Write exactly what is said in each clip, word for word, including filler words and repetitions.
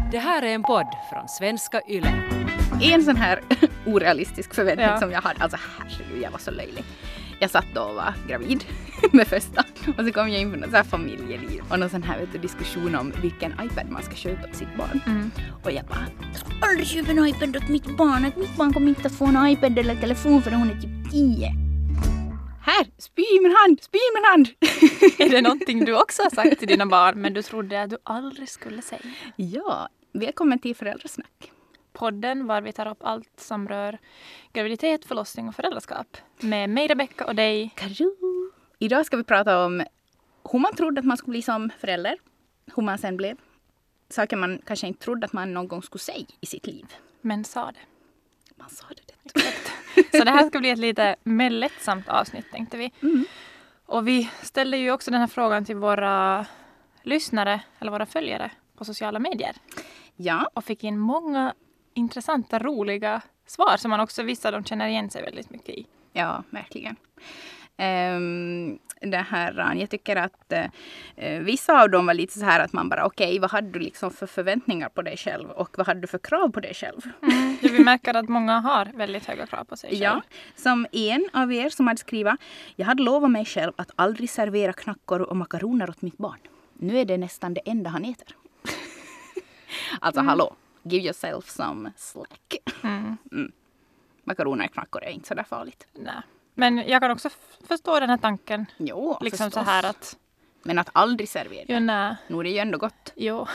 Det här är en podd från Svenska Yle. En sån här orealistisk förväntning Ja. som jag hade, alltså herregud, jag var så löjlig. Jag satt då och var gravid med första och så kom jag in på något så här familjeliv och någon sån här vet du, diskussion om vilken iPad man ska köpa till sitt barn. Mm. Och jag bara, jag ska aldrig köpa en iPad åt mitt barn, att mitt barn kommer inte att få en iPad eller telefon för hon är typ tio. Här, spy i min hand, spy i min hand! Är det någonting du också har sagt till dina barn men du trodde att du aldrig skulle säga? Ja, välkommen till Föräldrasnack. Podden var vi tar upp allt som rör graviditet, förlossning och föräldraskap. Med mig, Rebecca, och dig. Karo. Idag ska vi prata om hur man trodde att man skulle bli som förälder. Hur man sen blev. Saker man kanske inte trodde att man någon gång skulle säga i sitt liv. Men sa det. Man sa det. Exakt. Så det här ska bli ett lite mer lättsamt avsnitt, tänkte vi. Mm. Och vi ställde ju också den här frågan till våra lyssnare eller våra följare på sociala medier. Ja, Och fick in många intressanta, roliga svar som man också visar de känner igen sig väldigt mycket i. ja, verkligen. Um, det här, jag tycker att uh, vissa av dem var lite så här att man bara okej, okay, vad hade du liksom för förväntningar på dig själv och vad hade du för krav på dig själv? Mm. Vi märker att många har väldigt höga krav på sig själv. Ja, som en av er som hade skrivit, jag hade lovat mig själv att aldrig servera knackor och makaroner åt mitt barn. Nu är det nästan det enda han äter. Alltså mm. hallå, give yourself some slack. Mm. Mm. Makaroner och knackor är inte så där farligt. Nej. Men jag kan också f- förstå den här tanken. Jo, liksom förstås. så här att... Men att aldrig servera. Jo, nej. Nu är det ju ändå gott. Jo.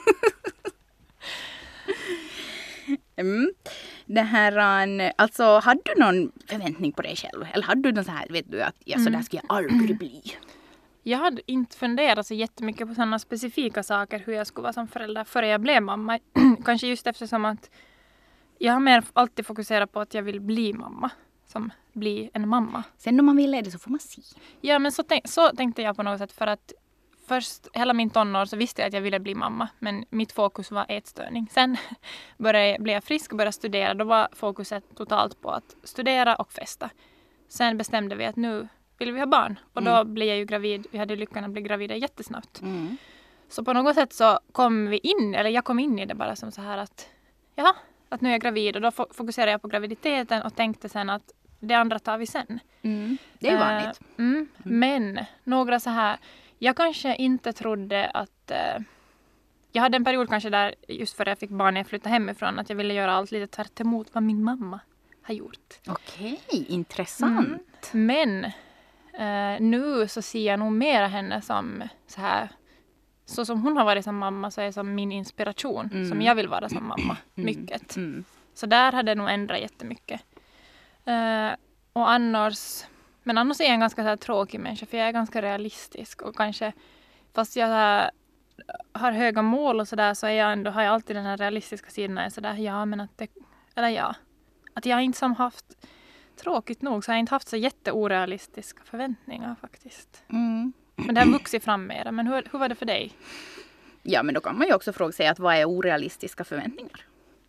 Mm. Det här, alltså hade du någon förväntning på dig själv? Eller hade du någon så här, vet du, att ja, så där ska jag aldrig bli? Jag hade inte funderat så jättemycket på sådana specifika saker hur jag skulle vara som förälder före jag blev mamma. Kanske just eftersom att jag har mer alltid fokuserat på att jag vill bli mamma. Som bli en mamma. Sen när man vill det så får man se. Ja, men så, tänk, så tänkte jag på något sätt för att först hela min tonår så visste jag att jag ville bli mamma. Men mitt fokus var ätstörning. Sen började, blev jag frisk och började studera. Då var fokuset totalt på att studera och festa. Sen bestämde vi att nu vill vi ha barn. Och då mm. blev jag ju gravid. Vi hade lyckan att bli gravida jättesnabbt. Mm. Så på något sätt så kom vi in, eller jag kom in i det bara som så här att ja, att nu är jag gravid. Och då fokuserade jag på graviditeten och tänkte sen att det andra tar vi sen. Mm. Det är vanligt. Uh, mm. Mm. Men några så här, jag kanske inte trodde att, uh, jag hade en period kanske där just före jag fick barn när jag flyttade hemifrån att jag ville göra allt lite tvärt emot vad min mamma har gjort. Okej, intressant. Mm. Men uh, nu så ser jag nog mer henne som så här, så som hon har varit som mamma så är det som min inspiration. Mm. Som jag vill vara som mamma, mycket. Mm. Mm. Så där hade det nog ändrat jättemycket. Uh, och annars, men annars är jag en ganska så här, tråkig människa för jag är ganska realistisk och kanske, fast jag här, har höga mål och sådär så är jag ändå, har jag alltid den här realistiska sidan så där, ja men att det, eller ja, att jag inte som haft, tråkigt nog så har jag inte haft så jätteorealistiska förväntningar faktiskt. Mm. Men det har vuxit fram mer, men hur, hur var det för dig? Ja, men då kan man ju också fråga sig att vad är orealistiska förväntningar?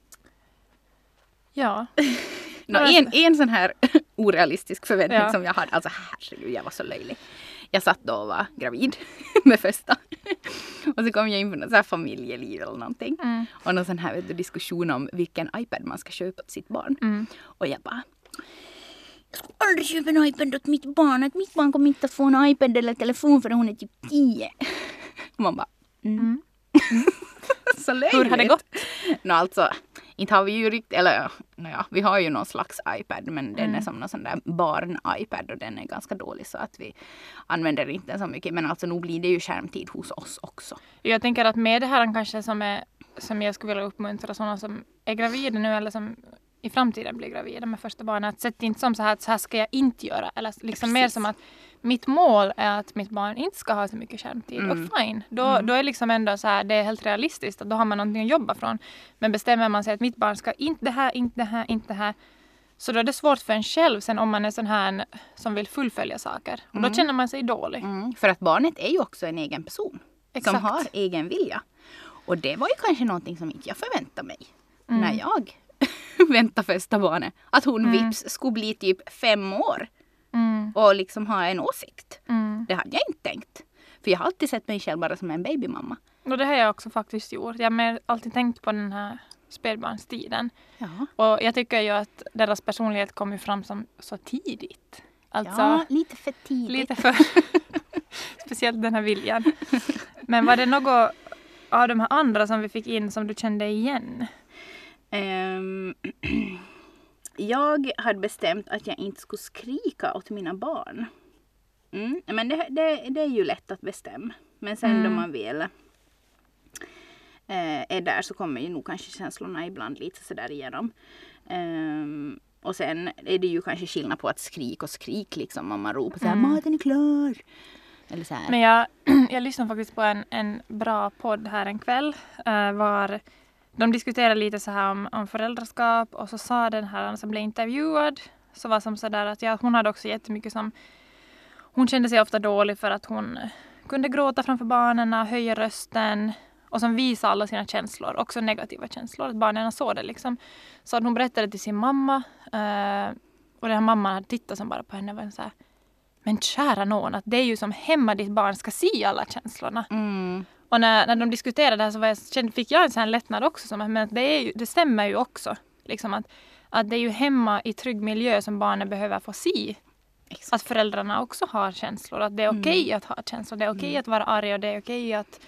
Ja. No, en, en sån här orealistisk förväntning ja. som jag hade, alltså herregud, jag var så löjlig. Jag satt då och var gravid med första. Och så kom jag in på något så här familjeliv eller någonting. Mm. Och någon sån här vet du, diskussion om vilken iPad man ska köpa till sitt barn. Mm. Och jag bara, jag ska aldrig köpa en iPad åt mitt barn. Att mitt barn kommer inte att få en iPad eller telefon för hon är typ tio. Och man bara, mm. Mm. Mm. Så löjligt. Hur har det gått? No, alltså, inte har vi ju riktigt, eller ja, vi har ju någon slags iPad men mm. den är som någon sån där barn-iPad och den är ganska dålig så att vi använder inte den så mycket. Men alltså nu blir det ju skärmtid hos oss också. Jag tänker att med det här kanske som, är, som jag skulle vilja uppmuntra sådana som är gravida nu eller som i framtiden blir gravida med första barnet. Att sätt inte som så här att så här ska jag inte göra. Eller liksom mer som att mitt mål är att mitt barn inte ska ha så mycket skärmtid. Mm. Och fine. Då, mm. då är liksom ändå så här, det är helt realistiskt. Att då har man någonting att jobba från. Men bestämmer man sig att mitt barn ska inte det här, inte det här, inte det här. Så då är det svårt för en själv sen om man är sån här som vill fullfölja saker. Och mm. då känner man sig dålig. Mm. För att barnet är ju också en egen person. Exakt. Som har egen vilja. Och det var ju kanske någonting som inte jag förväntade mig. Mm. När jag vänta första barnet. Att hon mm. vips skulle bli typ fem år. Mm. Och liksom ha en åsikt. Mm. Det hade jag inte tänkt. För jag har alltid sett mig själv bara som en babymamma. Och det har jag också faktiskt gjort. Jag har alltid tänkt på den här spädbarnstiden. Ja. Och jag tycker ju att deras personlighet kommer fram som så tidigt. Alltså, ja, lite för tidigt. Lite för... Speciellt den här viljan. Men var det något av de här andra som vi fick in som du kände igen? Um, jag hade bestämt att jag inte skulle skrika åt mina barn. Mm, men det, det, det är ju lätt att bestämma. Men sen mm. då man vill eh, är där så kommer ju nog kanske känslorna ibland lite sådär igenom. Um, och sen är det ju kanske skillnad på att skrik och skrik liksom. Om man ropar såhär, mm. maten är klar. Eller så här. Men jag, jag lyssnade faktiskt på en, en bra podd här en kväll. Uh, var de diskuterade lite så här om, om föräldraskap. Och så sa den här som blev intervjuad. Så var som sådär att ja, hon hade också jättemycket som... Hon kände sig ofta dålig för att hon kunde gråta framför barnen, höja rösten. Och som visade alla sina känslor, också negativa känslor. Att barnen såg det liksom. Så att hon berättade till sin mamma. Uh, och den här mamman hade tittat som bara på henne och var så här... Men kära någon, att det är ju som hemma ditt barn ska se alla känslorna. Mm. Och när, när de diskuterade det här så var jag, kände, fick jag en sån här lättnad också. Som, men det, är ju, det stämmer ju också. Liksom att, att det är ju hemma i trygg miljö som barnen behöver få se. Exakt. Att föräldrarna också har känslor. Att det är okej okay mm. att ha känslor. Det är okej okay mm. att vara arg och det är okej okay att,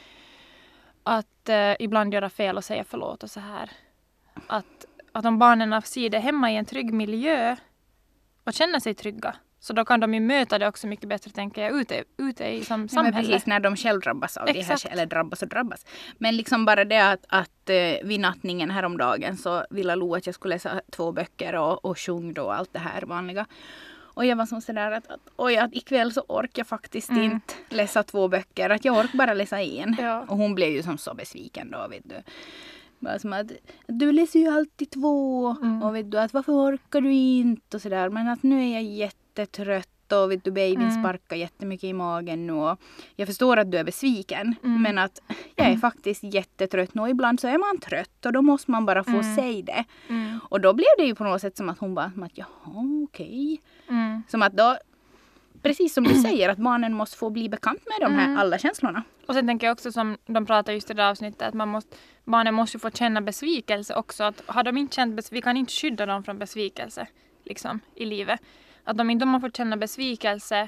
att uh, ibland göra fel och säga förlåt och så här. Att, att om barnen ser det hemma i en trygg miljö och känner sig trygga. Så då kan de ju möta det också mycket bättre, tänker jag, ute, ute i som samhälle. Men precis, när de själv drabbas av Exakt. det här, eller drabbas och drabbas. Men liksom bara det att, att uh, vid nattningen häromdagen så ville Lo att jag skulle läsa två böcker och, och sjunga och allt det här vanliga. Och jag var som sådär att, att oj, att ikväll så orkar jag faktiskt mm. inte läsa två böcker. Att jag orkar bara läsa en. Ja. Och hon blev ju som så besviken då, vet du. Bara som att, du läser ju alltid två. Mm. Och vet du, att varför orkar du inte och sådär. Men att nu är jag jättetrött. Och vet du, babyn mm. sparkar jättemycket i magen nu. Och jag förstår att du är besviken. Mm. Men att jag är faktiskt jättetrött nu. Och ibland så är man trött. Och då måste man bara få mm. säga det. Mm. Och då blev det ju på något sätt som att hon bara, att jaha, okej. Mm. Som att då, precis som du säger, att barnen måste få bli bekant med de här mm. alla känslorna. Och sen tänker jag också som de pratar just i det avsnittet, att man måste, barnen måste få känna besvikelse också. Att har de inte känt besvikelse, vi kan inte skydda dem från besvikelse liksom, i livet. Att de inte har fått känna besvikelse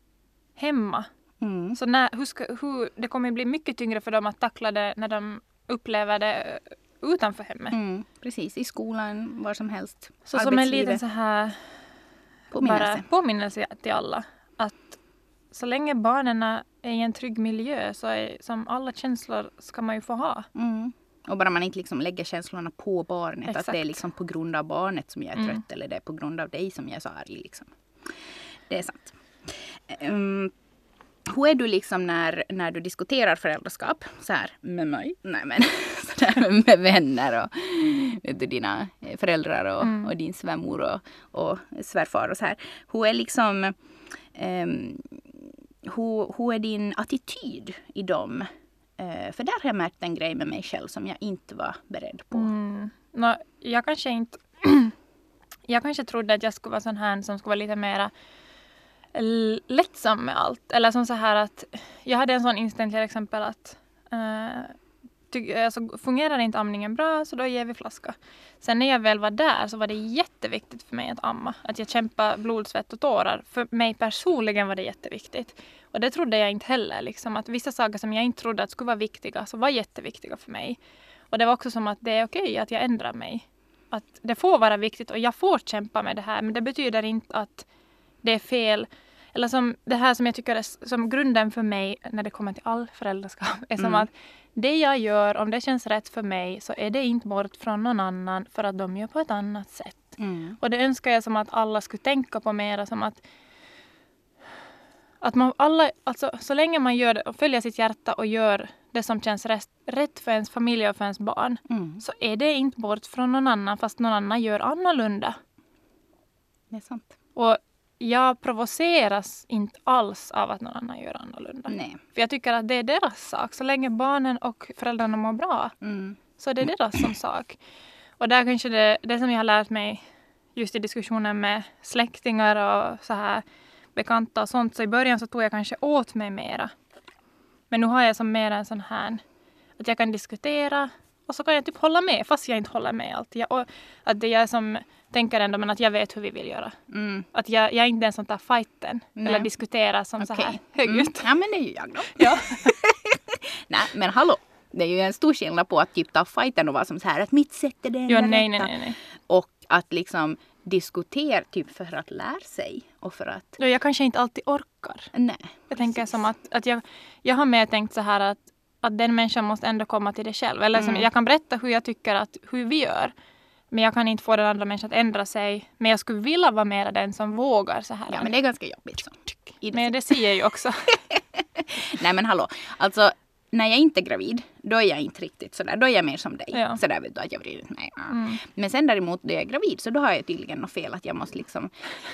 hemma. Mm. Så när, hur ska, hur, det kommer bli mycket tyngre för dem att tackla det när de upplever det utanför hemmet. Mm, precis, i skolan, var som helst. Så som en liten så här påminnelse. påminnelse till alla. Att så länge barnen är i en trygg miljö så är som alla känslor ska man ju få ha. Mm. Och bara man inte liksom lägger känslorna på barnet. Exakt. Att det är liksom på grund av barnet som jag är trött. Mm. Eller det är på grund av dig som jag är så arg. Liksom. Det är sant. Um, hur är du liksom när, när du diskuterar föräldraskap? Så här med mig? Nej men så där med vänner och vet du, dina föräldrar och, mm. och din svärmor och, och svärfar och så här. Hur är liksom um, hur, hur är din attityd i dem? För där har jag märkt en grej med mig själv som jag inte var beredd på. Mm. No, jag kanske inte... jag kanske trodde att jag skulle vara sån här som skulle vara lite mer lättsam med allt. Eller som så här att... Jag hade en sån inställning till exempel att... Uh, ty, alltså, fungerar inte amningen bra så då ger vi flaska. Sen när jag väl var där så var det jätteviktigt för mig att amma. Att jag kämpar blod, svett och tårar. För mig personligen var det jätteviktigt. Och det trodde jag inte heller. Liksom, att vissa saker som jag inte trodde att skulle vara viktiga så var jätteviktiga för mig. Och det var också som att det är okej att jag ändrar mig. Att det får vara viktigt och jag får kämpa med det här. Men det betyder inte att det är fel. Eller som det här som jag tycker är som grunden för mig när det kommer till all föräldraskap. Är som mm. att det jag gör, om det känns rätt för mig så är det inte bort från någon annan för att de gör på ett annat sätt. Mm. Och det önskar jag som att alla skulle tänka på mer som att Att man alla, alltså, så länge man gör det och följer sitt hjärta och gör det som känns rätt, rätt för ens familj och för ens barn. Mm. Så är det inte bort från någon annan fast någon annan gör annorlunda. Det är sant. Och jag provoceras inte alls av att någon annan gör annorlunda. Nej. För jag tycker att det är deras sak. Så länge barnen och föräldrarna mår bra mm. så är det deras som sak. Och där kanske det, det som jag har lärt mig just i diskussionen med släktingar och så här bekanta och sånt. Så i början så tog jag kanske åt mig mera. Men nu har jag som mer en sån här Att jag kan diskutera och så kan jag typ hålla med fast jag inte håller med allt. Jag, och att det är jag som tänker ändå men att jag vet hur vi vill göra. Mm. Att jag, jag är inte den som tar fighten Nej. eller diskuterar som Okej. så här högljutt. Mm. Ja, men det är ju jag då. Ja. Nej, men hallå. Det är ju en stor skillnad på att typ ta fighten och vara som så här att mitt sätt är det enda Jo, nej, nej, rätta. nej, nej. Och att liksom diskutera typ för att lära sig och för att... Då jag kanske inte alltid orkar. Nej. Jag tänker som att, att jag, jag har mer tänkt så här att, att den människan måste ändå komma till det själv. Eller som, Mm. jag kan berätta hur jag tycker att, hur vi gör. Men jag kan inte få den andra människan att ändra sig. Men jag skulle vilja vara mer den som vågar så här. Ja, men det är ganska jobbigt. Så. Men det ser jag ju också. Nej, men hallå. Alltså, när jag inte är gravid, då är jag inte riktigt sådär. Då är jag mer som dig. Ja. Sådär vet du att jag vrider mig. Ja. Mm. Men sen däremot när jag är gravid så då har jag tydligen något fel att jag måste liksom...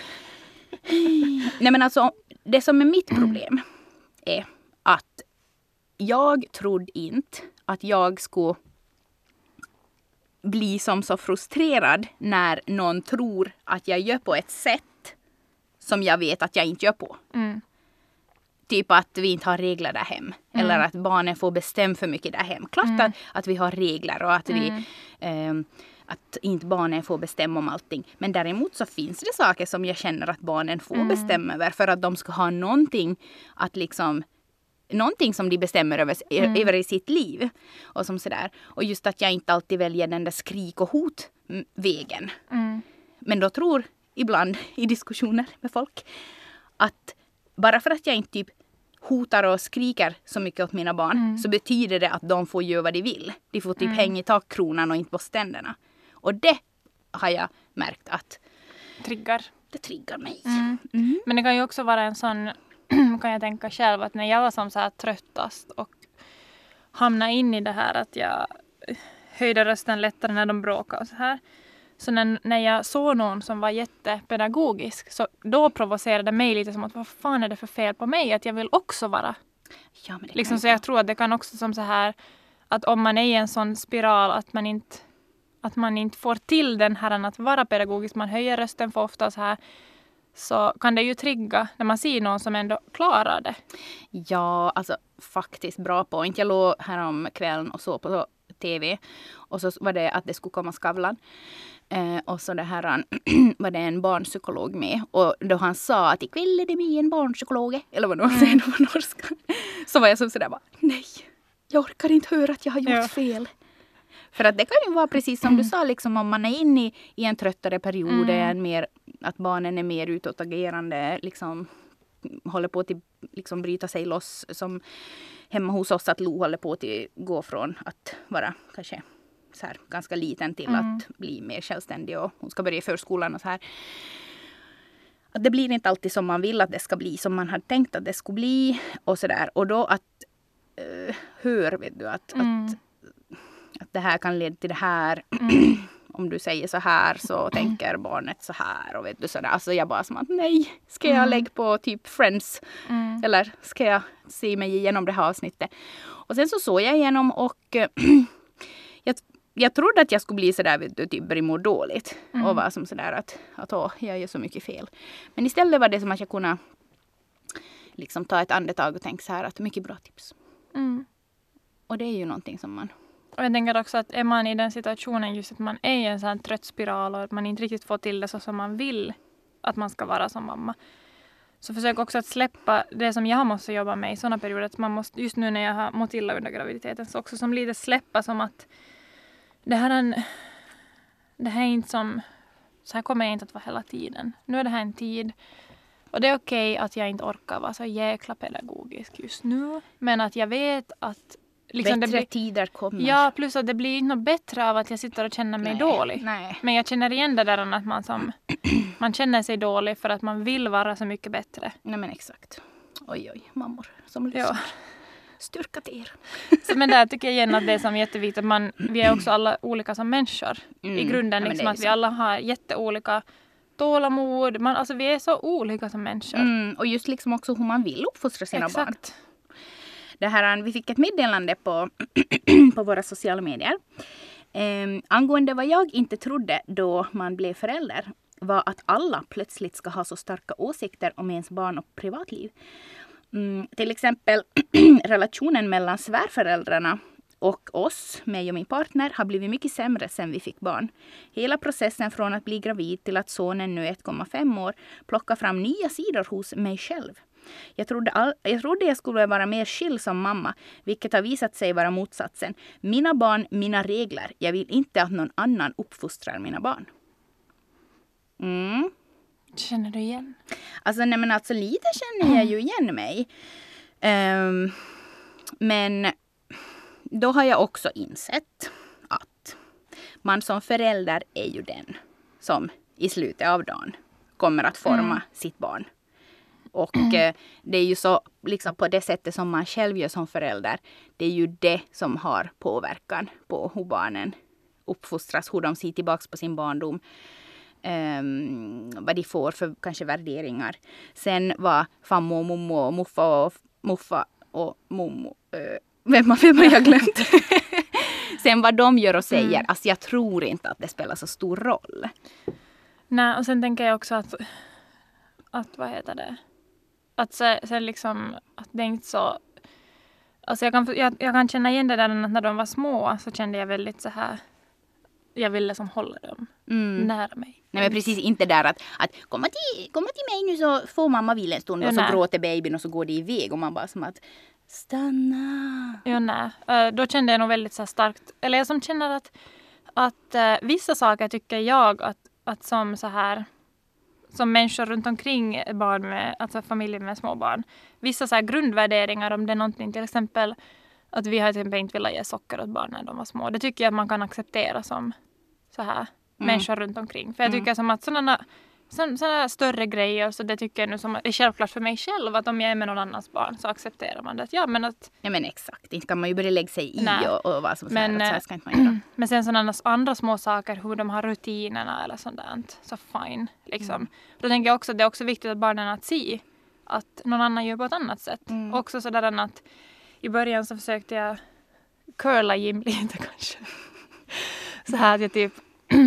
Nej, men alltså det som är mitt problem är att jag trodde inte att jag skulle bli som så frustrerad när någon tror att jag gör på ett sätt som jag vet att jag inte gör på. Mm. Typ att vi inte har regler där hem. Mm. Eller att barnen får bestämma för mycket där hem. Klart Mm. att, att vi har regler och att vi... Mm. ehm, att inte barnen får bestämma om allting. Men däremot så finns det saker som jag känner att barnen får Mm. bestämma över. För att de ska ha någonting att liksom... Någonting som de bestämmer över, Mm. över i sitt liv. Och som sådär. Och just att jag inte alltid väljer den där skrik och hot-vägen. Mm. Men då tror ibland i diskussioner med folk att bara för att jag inte typ hotar och skriker så mycket åt mina barn Mm. så betyder det att de får göra vad de vill. De får typ Mm. hänga i takkronan och inte på ständerna. Och det har jag märkt att Triggar. det triggar mig. Mm. Mm. Men det kan ju också vara en sån, kan jag tänka själv, att när jag var som så här tröttast och hamnade in i det här att jag höjde rösten lättare när de bråkade och så här. Så när, när jag såg någon som var jättepedagogisk så då provocerade mig lite som att vad fan är det för fel på mig? Att jag vill också vara. Ja, men det Liksom, kan så ju jag tror att det kan också som så här att om man är i en sån spiral att man inte, att man inte får till den här att vara pedagogisk, man höjer rösten för ofta och så här, så kan det ju trigga när man ser någon som ändå klarar det. Ja, alltså faktiskt bra point. Jag låg härom kvällen och såg på tv och så var det att det skulle komma Skavlan. Eh, och så det här var det en barnpsykolog med. Och då han sa att ikväll är det med en barnpsykolog. Eller vad man säger mm. på norska. Så var jag som sådär bara, nej. Jag orkar inte höra att jag har gjort Ja. fel. För att det kan ju vara precis som mm. du sa. Liksom, om man är inne i, i en tröttare period. Mm. En mer, att barnen är mer utåtagerande. Liksom, håller på att liksom, bryta sig loss. Som hemma hos oss att Lo håller på att gå från att vara kanske så här, ganska liten till Mm. att bli mer självständig och hon ska börja i förskolan och så här. Att det blir inte alltid som man vill att det ska bli, som man hade tänkt att det skulle bli och så där. Och då att uh, hör vet du att, Mm. att, att det här kan leda till det här. Mm. Om du säger så här så tänker barnet så här och vet du sådär. Alltså jag bara som att nej, ska jag Mm. lägga på typ Friends Mm. eller ska jag se mig igenom det här avsnittet. Och sen så såg jag igenom och jag, jag trodde att jag skulle bli sådär, vet du, typ börja må dåligt. Mm. Och vara som sådär att, att åh, jag gör så mycket fel. Men istället var det som att jag kunde liksom ta ett andetag och tänka så här att mycket bra tips. Mm. Och det är ju någonting som man... Och jag tänker också att är man i den situationen just att man är i en sån här trött spiral och att man inte riktigt får till det så som man vill att man ska vara som mamma. Så försök också att släppa det som jag måste jobba med i sådana perioder. Att man måste, just nu när jag har mått illa under graviditeten så också som lite släppa som att det här är en, det här är inte som, så här kommer jag inte att vara hela tiden. Nu är det här en tid och det är okej att jag inte orkar vara så jäkla pedagogisk just nu. Men att jag vet att liksom Bättre det blir, tider kommer. ja, plus att det blir inte något bättre av att jag sitter och känner mig Nej, dålig. nej. Men jag känner igen det där att man, som, man känner sig dålig för att man vill vara så mycket bättre. Nej men exakt. Oj oj, mammor som lyssnar. Ja. Styrka till er. Så, men där tycker jag igen att det är som jätteviktigt att man, vi är också alla olika som människor. Mm. I grunden Ja, men liksom det är att vi så. alla har jätteolika tålamod. Man, alltså vi är så olika som människor. Mm, och just liksom också hur man vill uppfostra sina barn. Exakt. Det här, vi fick ett meddelande på, på våra sociala medier. Eh, angående vad jag inte trodde då man blev förälder var att alla plötsligt ska ha så starka åsikter om ens barn och privatliv. Mm, till exempel relationen mellan svärföräldrarna och oss, mig och min partner, har blivit mycket sämre sen vi fick barn. Hela processen från att bli gravid till att sonen nu är ett komma fem år plockar fram nya sidor hos mig själv. Jag trodde, all, jag trodde jag skulle vara mer chill som mamma, vilket har visat sig vara motsatsen. Mina barn, mina regler. Jag vill inte att någon annan uppfostrar mina barn. Mm. Känner du igen? Alltså, nej, men alltså lite känner jag ju igen mig. Um, men då har jag också insett att man som förälder är ju den som i slutet av dagen kommer att forma mm. sitt barn. Och eh, det är ju så liksom på det sättet som man själv gör som förälder. Det är ju det som har påverkan på hur barnen uppfostras, hur de ser tillbaka på sin barndom. Um, vad de får för kanske värderingar. Sen vad fammo och mommo och muffa och muffa och mommo. Uh, vem har vem har jag glömt? Sen vad de gör och säger. Mm. Alltså jag tror inte att det spelar så stor roll. Nej, och sen tänker jag också att att vad heter det? Att så, så liksom att det är inte så. Alltså jag kan jag, jag kan känna igen det där när de var små, så kände jag väldigt så här. Jag ville som hålla dem mm. nära mig. Nej, men precis inte där att, att komma, till, komma till mig nu så får mamma vila en stund. Ja, och så nej. Gråter babyn och så går det iväg. Och man bara som att stanna. Ja, nej. Uh, då kände jag nog väldigt så här starkt. Eller jag som känner att, att uh, vissa saker tycker jag att, att som så här. Som människor runt omkring barn med, alltså familjer med små barn. Vissa så här grundvärderingar om det är någonting, till exempel att vi har till exempel inte velat ge socker åt barn när de var små. Det tycker jag att man kan acceptera som så här mm. människor runt omkring. För jag tycker mm. som att sådana, sådana större grejer, så det tycker jag nu som är självklart för mig själv, att om jag är med någon annans barn så accepterar man det. Ja, men att... Ja, men exakt. Inte kan man ju börja lägga sig i och, och vara som så här, men, att så här ska inte man göra. Men sen sådana andra små saker, hur de har rutinerna eller sånt där, så fine. Liksom. Mm. Då tänker jag också att det är också viktigt att barnen att se att någon annan gör på ett annat sätt. Mm. Också sådär att i början så försökte jag curla Jim lite kanske. Så här att jag typ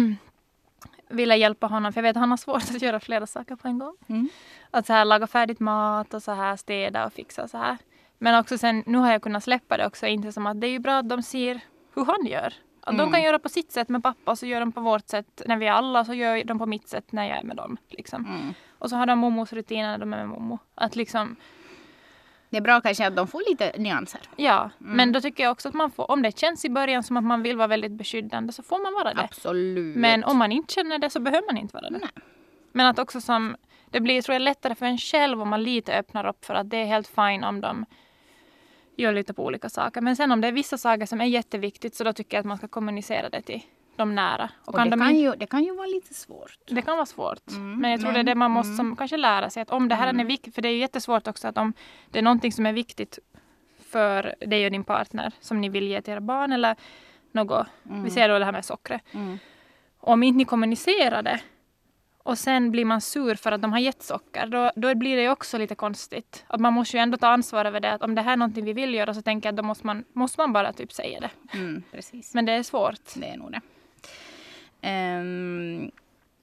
ville hjälpa honom. För jag vet att han har svårt att göra flera saker på en gång. Mm. Att så här laga färdigt mat och så här städa och fixa så här. Men också sen, nu har jag kunnat släppa det också. Inte som att det är ju bra att de ser hur han gör. Att mm. de kan göra på sitt sätt med pappa och så gör de på vårt sätt när vi är alla. Så gör de på mitt sätt när jag är med dem. Liksom. Mm. Och så har de mommos rutiner när de är med mommo. Att liksom... Det är bra kanske att de får lite nyanser. Ja, mm. men då tycker jag också att man får, om det känns i början som att man vill vara väldigt beskyddande, så får man vara det. Absolut. Men om man inte känner det så behöver man inte vara det. Nej. Men att också som, det blir tror jag lättare för en själv om man lite öppnar upp för att det är helt fine om de gör lite på olika saker. Men sen om det är vissa saker som är jätteviktigt, så då tycker jag att man ska kommunicera det till de nära. Och, och kan det, de, kan ju, det kan ju vara lite svårt. Det kan vara svårt. Mm, men jag tror men, det är det man måste mm. som, kanske lära sig. Att om det här mm. är viktigt, för det är ju jättesvårt också att om det är någonting som är viktigt för dig och din partner som ni vill ge till era barn eller något. Mm. Vi ser då det här med sockret. Mm. Om inte ni kommunicerar det och sen blir man sur för att de har gett socker, då, då blir det ju också lite konstigt. Att man måste ju ändå ta ansvar över det. Att om det här är någonting vi vill göra, så tänker jag att då måste man, måste man bara typ säga det. Mm, precis. Men det är svårt. Det är nog det. Um,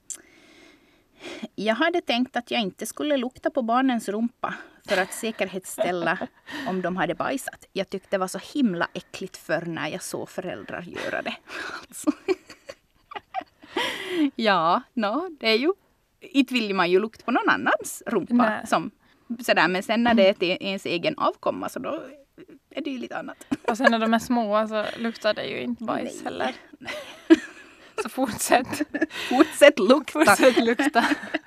jag hade tänkt att jag inte skulle lukta på barnens rumpa för att säkerhetsställa om de hade bajsat. Jag tyckte det var så himla äckligt för när jag såg föräldrar göra det. Alltså. Ja, no, det är ju. Inte vill man ju lukta på någon annans rumpa. Som, sådär, men sen när det är till ens egen avkomma, så då är det ju lite annat. Och sen när de är små så luktar det ju inte bajs Nej. heller. Nej. Så fortsätt. Fortsätt lukta. Fortsätt lukta.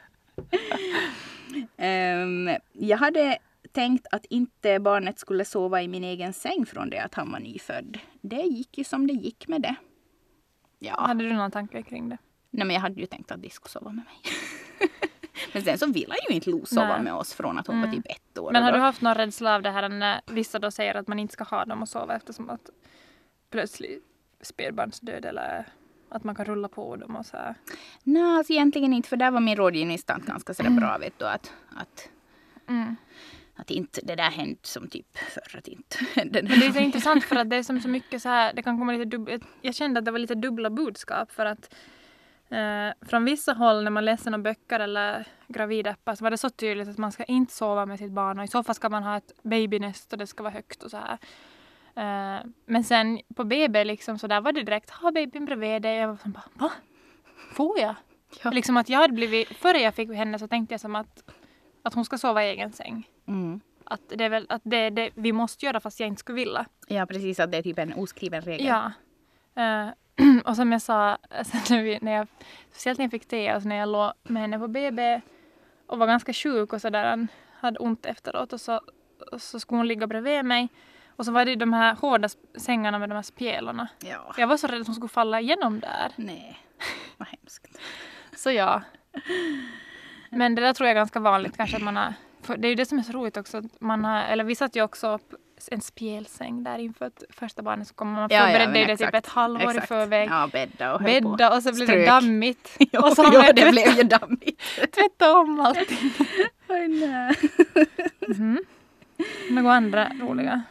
um, jag hade tänkt att inte barnet skulle sova i min egen säng från det att han var nyfödd. Det gick ju som det gick med det. Ja. Hade du någon tankar kring det? Nej, men jag hade ju tänkt att de skulle sova med mig. Men sen så ville ju inte Lo sova Nej. med oss från att hon mm. var typ ett år. Men har du haft någon rädsla av det här när vissa då säger att man inte ska ha dem och sova eftersom att plötsligt spädbarnsdöd eller att man kan rulla på dem och så här? Nej, alltså egentligen inte, för där var min rådgivningstant ganska sådär bra, vet du, att, att, mm. att inte det där hänt som typ för att inte. Men det är så intressant för att det är som så mycket så här, det kan komma lite dubbla, jag kände att det var lite dubbla budskap för att eh, från vissa håll när man läser några böcker eller gravidappar så var det så tydligt att man ska inte sova med sitt barn och i så fall ska man ha ett babynest och det ska vara högt och så här. Uh, men sen på B B liksom, så där var det direkt, ha babyn bredvid dig. Jag var som bara, va? Får jag? Ja. Liksom att jag hade blivit, före jag fick henne så tänkte jag som att, att hon ska sova i egen säng. Mm. Att det är väl, att det, det vi måste göra fast jag inte skulle vilja. Ja, precis, att det är typ en oskriven regel. Ja. Uh, och som jag sa, sen när, vi, när jag, speciellt när jag fick det, alltså när jag låg med henne på B B och var ganska sjuk och sådär, han hade ont efteråt och så, och så skulle hon ligga bredvid mig. Och så var det de här hårda sängarna med de här spjälorna. Ja. Jag var så rädd att hon skulle falla igenom där. Nej, vad hemskt. Så ja. Men det där tror jag är ganska vanligt kanske att man har, för det är ju det som är så roligt också, att man har, eller vi satt ju också upp en spjälsäng där inför ett första barnet, så kommer man Ja, ja, förbereda men det exakt. typ ett halvår Exakt. i förväg. Ja, bädda och höll på. Bädda och så blir det Strök. dammigt. Jo, och så jo, har jag det tvätt- blev ju dammigt. tvätta om allting. Oj, nej. Mm. Några andra roliga.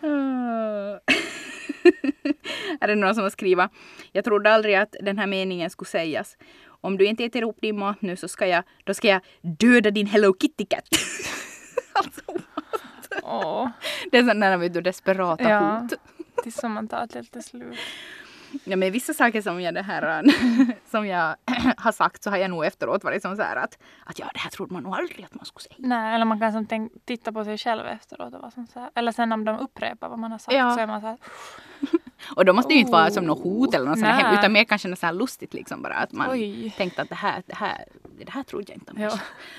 Är det någon som har skrivit? Jag trodde aldrig att den här meningen skulle sägas. Om du inte äter upp din mat nu så ska jag, då ska jag döda din Hello Kitty Cat. Alltså, Åh, det är sådana vet du, desperata ja. hot. Det är som man tar till till slut. Ja, men vissa saker som jag, det här, som jag har sagt så har jag nog efteråt varit som så här att, att ja, det här trodde man nog aldrig att man skulle säga. Nej, eller man kan som tänk, titta på sig själv efteråt och vara som så här. Eller sen om de upprepar vad man har sagt Ja. så är man så här. Och då måste det ju inte vara Oh. som något hot eller något sånt Nej. här, utan mer kanske något så här lustigt liksom bara att man Oj. tänkte att det här, det här, det här trodde jag inte om. Ja.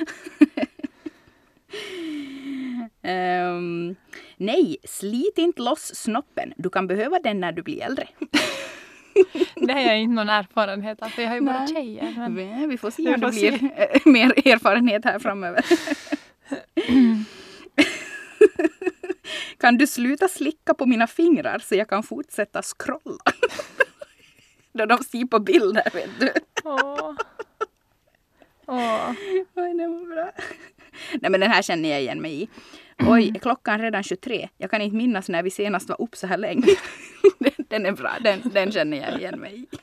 um, nej, slit inte loss snoppen. Du kan behöva den när du blir äldre. Det har jag inte någon erfarenhet av, för jag har ju bara Nej. tjejer. Men... Men vi får se Vi om det får blir se. eh, mer erfarenhet här framöver. Kan du sluta slicka på mina fingrar så jag kan fortsätta scrolla? Då de ser på bilder, vet du. Åh. Åh. Oj, det var bra. Nej, men den här känner jag igen mig i. Oj, är klockan redan tjugotre? Jag kan inte minnas när vi senast var upp så här länge. den, den är bra, den, den känner jag igen mig i.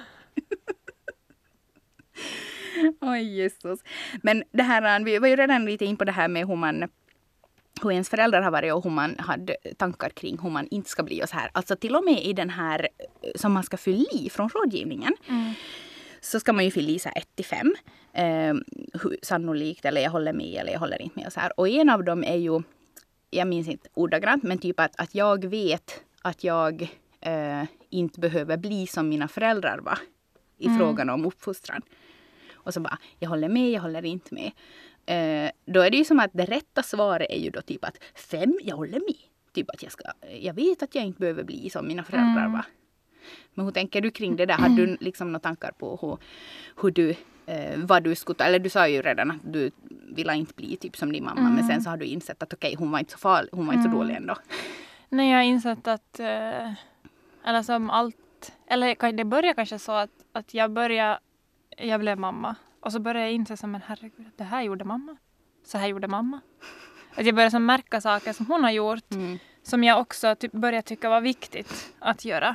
Oj, Jesus. Men det här, vi var ju redan lite in på det här med hur man hur ens föräldrar har varit och hur man hade tankar kring hur man inte ska bli och så här. Alltså till och med i den här som man ska fylla i från rådgivningen. Mm. Så ska man ju fylla i så här ett till fem. Eh, sannolikt, eller jag håller med eller jag håller inte med och så här. Och en av dem är ju, jag minns inte ordagrant, men typ att, att jag vet att jag eh, inte behöver bli som mina föräldrar var i mm. frågan om uppfostran. Och så bara, jag håller med, jag håller inte med. Eh, då är det ju som att det rätta svaret är ju då typ att fem, jag håller med. Typ att jag ska, jag vet att jag inte behöver bli som mina föräldrar mm. var. Men hur tänker du kring det där? Har du liksom några tankar på hur, hur du, eh, vad du skulle ta? Eller du sa ju redan att du ville inte bli typ som din mamma. Mm. Men sen så har du insett att okej, okay, hon var inte så farlig, hon var inte så dålig ändå. Nej, jag har insett att, eh, eller som allt, eller det börjar kanske så att, att jag började, jag blev mamma. Och så började jag inse som, men herregud, det här gjorde mamma. Så här gjorde mamma. Att jag började som märka saker som hon har gjort. Mm. Som jag också typ började tycka var viktigt att göra.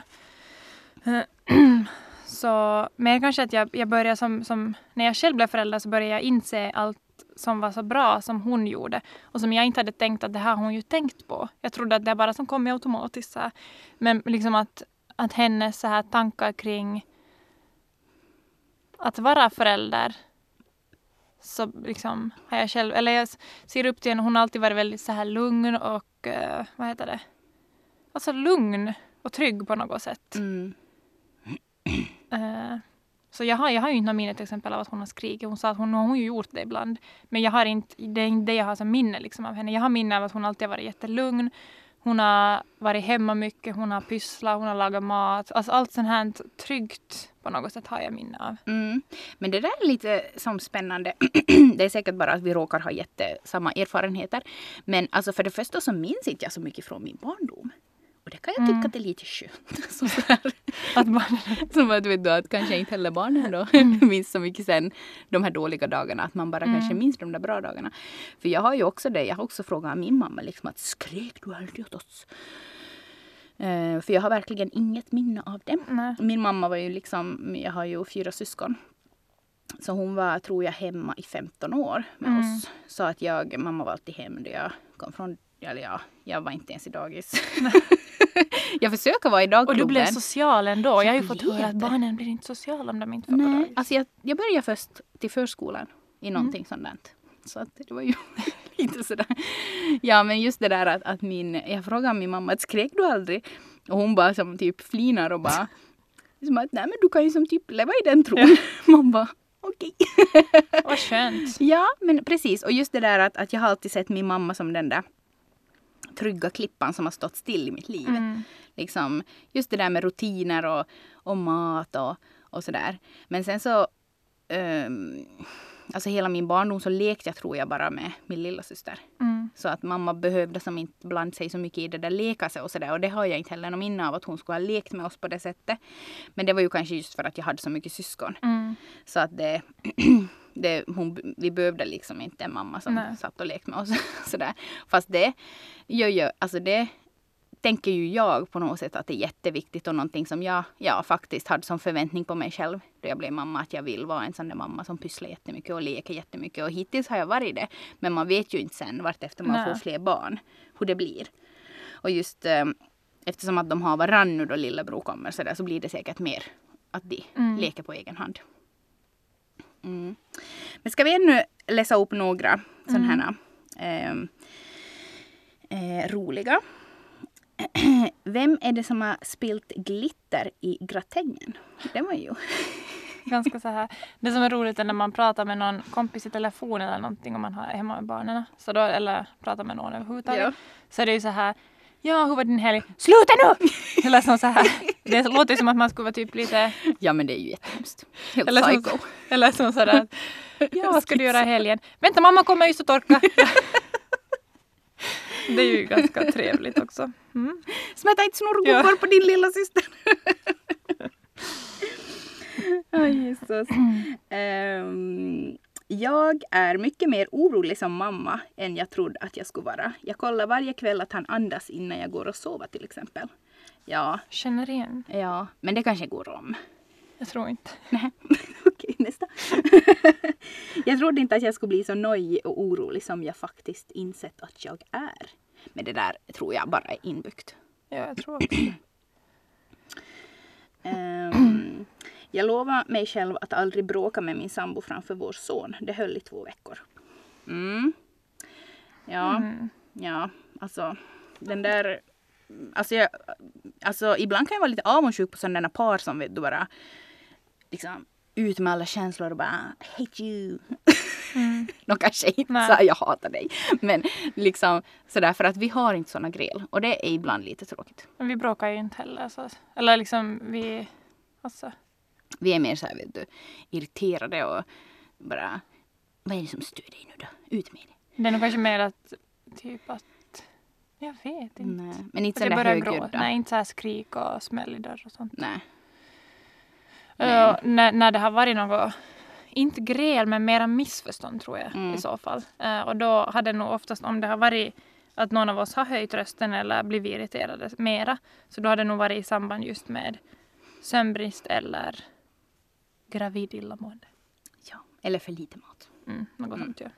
Så, men kanske att jag, jag började som, som, när jag själv blev förälder så började jag inse allt som var så bra som hon gjorde. Och som jag inte hade tänkt att det här hon ju tänkt på. Jag trodde att det bara som kom automatiskt. Så här. Men liksom att, att hennes så här tankar kring att vara förälder, så liksom har jag själv, eller jag ser upp till henne, hon har alltid varit väldigt så här lugn och, uh, vad heter det? Alltså lugn och trygg på något sätt. Mm. Uh, så jag har, jag har ju inte någon minne till exempel av att hon har skrikit. Hon sa att hon har hon ju gjort det ibland. Men jag har inte, det är inte det jag har som minne liksom av henne. Jag har minne av att hon alltid har varit jättelugn. Hon har varit hemma mycket, hon har pysslat, hon har lagat mat. Alltså allt sånt här tryggt på något sätt har jag minne av. Mm. Men det där är lite som spännande. Det är säkert bara att vi råkar ha jättesamma erfarenheter. Men alltså för det första så minns inte jag så mycket från min barndom. Och det kan jag tycka mm. att det är lite skönt. Så där. Att barnen... Som att, vet du, att kanske inte heller barnen då mm. minns så mycket sen de här dåliga dagarna. Att man bara mm. kanske minns de där bra dagarna. För jag har ju också det. Jag har också frågat min mamma liksom att skrek du aldrig åt oss? Uh, för jag har verkligen inget minne av det. Mm. Min mamma var ju liksom, jag har ju fyra syskon. Så hon var, tror jag, hemma i femton år med mm. oss. Så att jag, mamma var alltid hem när jag kom från Eller ja, jag var inte ens i dagis. Jag försöker vara i dagklubben. Och du blev social ändå. Jag har ju fått höra att Jätte. barnen blir inte sociala om de inte får på Nej, dagis. alltså jag, jag började först till förskolan i någonting mm. sådant. Så att det var ju lite sådär. Ja, men just det där att, att min, jag frågade min mamma att skrek du aldrig? Och hon bara som typ flinar och bara, som att nej men du kan ju som typ leva i den tron. Ja. Man bara, okej. Okay. Vad skönt. Ja, men precis. Och just det där att, att jag har alltid sett min mamma som den där trygga klippan som har stått still i mitt liv. Mm. Liksom, just det där med rutiner och, och mat och, och sådär. Men sen så, um, alltså hela min barndom så lekte jag tror jag bara med min lilla syster. Mm. Så att mamma behövde som inte blanda sig så mycket i det där leka sig och sådär. Och det har jag inte heller någon minne av att hon skulle ha lekt med oss på det sättet. Men det var ju kanske just för att jag hade så mycket syskon. Mm. Så att det... Det, hon, vi behövde liksom inte en mamma som Nej. satt och lekte med oss. Sådär. Fast det gör ju, alltså det tänker ju jag på något sätt att det är jätteviktigt och någonting som jag, jag faktiskt hade som förväntning på mig själv då jag blev mamma. Att jag vill vara en sån där mamma som pysslar jättemycket och leker jättemycket. Och hittills har jag varit det. Men man vet ju inte sen vart efter man Nej. får fler barn hur det blir. Och just eh, eftersom att de har varann nu då lillebror kommer så, där, så blir det säkert mer att de mm. leker på egen hand. Mm. Men ska vi ännu läsa upp några sådana här mm. eh, eh, roliga. Vem är det som har spilt glitter i gratängen? Det var ju ganska så här. Det som är roligt är när man pratar med någon kompis i telefon eller någonting om man har hemma med barnen. Så då, eller pratar med någon överhuvudtaget. Ja. Så är det ju så här. Ja, hur var din helg? Sluta nu! Eller som så här. Det låter som att man skulle vara typ lite... Ja, men det är ju jättehemskt. Helt eller psycho. Som, eller som sådär. Ja, vad ska du göra i helgen? Vänta, mamma kommer just att torka. Det är ju ganska trevligt också. Mm. Smätta inte snorgubbar ja. på din lilla syster. Åh, Jesus. Um, jag är mycket mer orolig som mamma än jag trodde att jag skulle vara. Jag kollar varje kväll att han andas innan jag går och sover till exempel. Ja. Känner igen. Ja, men det kanske går om. Jag tror inte. Nej, okej, nästa. Jag trodde inte att jag skulle bli så nöjd och orolig som jag faktiskt insett att jag är. Men det där tror jag bara är inbyggt. Ja, jag tror också. um, jag lovar mig själv att aldrig bråka med min sambo framför vår son. Det höll i två veckor. Mm. Ja, mm. ja, alltså den där... Alltså, jag, alltså ibland kan jag vara lite avundsjuk på sådana par som vet du bara liksom ut med alla känslor och bara hate you. Mm. De kanske inte sa jag hatar dig. Men liksom sådär för att vi har inte sådana gräl. Och det är ibland lite tråkigt. Men vi bråkar ju inte heller. Så. Eller liksom vi... Alltså. Vi är mer så här vet du irriterade och bara vad är det som stör dig nu då? Ut med det. Det är nog kanske mer att typ att jag vet inte. Nej, men inte så där högljudda. Nej, inte så här skrik och smäll i dörr och sånt. Nej. Uh, när, när det har varit något, inte gräl men mera missförstånd tror jag mm. i så fall. Uh, och då hade nog oftast om det har varit att någon av oss har höjt rösten eller blivit irriterade mera. Så då hade det nog varit i samband just med sömnbrist eller gravid illamående. Ja, eller för lite mat. Mm, något mm. sånt, ja.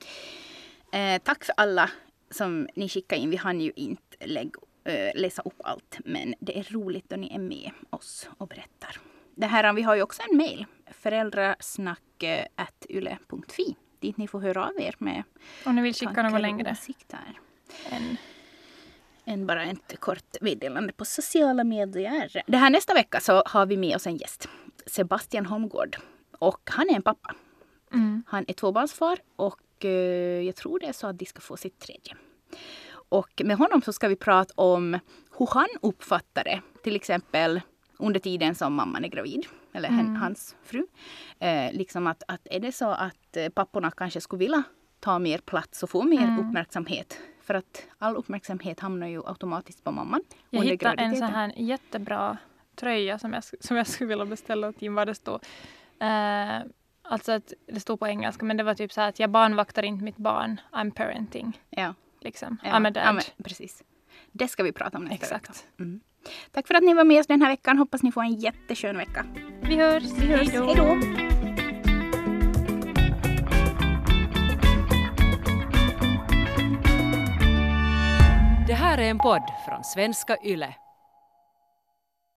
Uh, tack för alla som ni skickar in. Vi hann ju inte lägg, äh, läsa upp allt. Men det är roligt att ni är med oss och berättar. Det här, vi har ju också en mejl. föräldrasnack at yle punkt fi. Dit ni får höra av er med. Om ni vill skicka något längre. Än, än bara ett kort meddelande på sociala medier. Det här nästa vecka så har vi med oss en gäst. Sebastian Holmgård. Och han är en pappa. Mm. Han är tvåbarnsfar och jag tror det är så att de ska få sitt tredje. Och med honom så ska vi prata om hur han uppfattar det. Till exempel under tiden som mamman är gravid. Eller mm. hans fru. Eh, liksom att, att är det så att papporna kanske skulle vilja ta mer plats och få mer mm. uppmärksamhet. För att all uppmärksamhet hamnar ju automatiskt på mamman. Jag hittade en sån här jättebra tröja som jag, som jag skulle vilja beställa till vad det står. Eh, Alltså att det stod på engelska men det var typ så här att jag barnvaktar inte mitt barn. I'm parenting. Ja. Liksom. Ja. I'm a dad. Ja, men, precis. Det ska vi prata om nästa Exakt. vecka. Mm. Tack för att ni var med oss den här veckan. Hoppas ni får en jätteskön vecka. Vi hörs. Vi hörs. Hej då. här är en podd från svenska Yle.